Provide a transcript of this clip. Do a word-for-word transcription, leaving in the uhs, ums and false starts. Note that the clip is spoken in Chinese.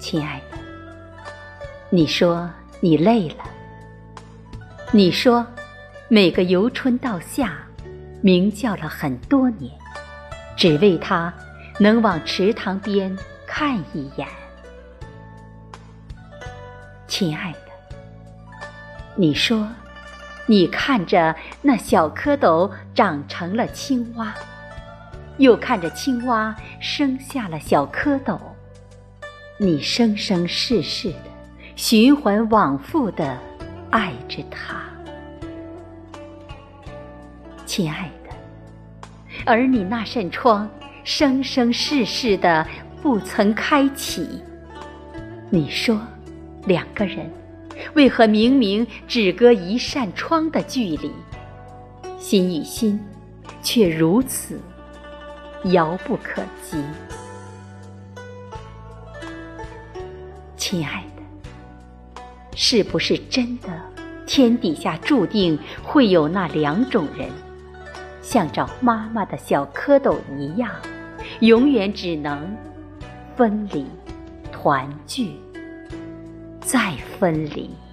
亲爱的，你说你累了，你说每个由春到夏鸣叫了很多年，只为他能往池塘边看一眼。亲爱的，你说你看着那小蝌蚪长成了青蛙，又看着青蛙生下了小蝌蚪，你生生世世的循环往复的爱着它。亲爱的，而你那扇窗生生世世的不曾开启，你说两个人为何明明只隔一扇窗的距离，心与心却如此遥不可及？亲爱的，是不是真的天底下注定会有那两种人，像找妈妈的小蝌蚪一样，永远只能分离、团聚，再分离？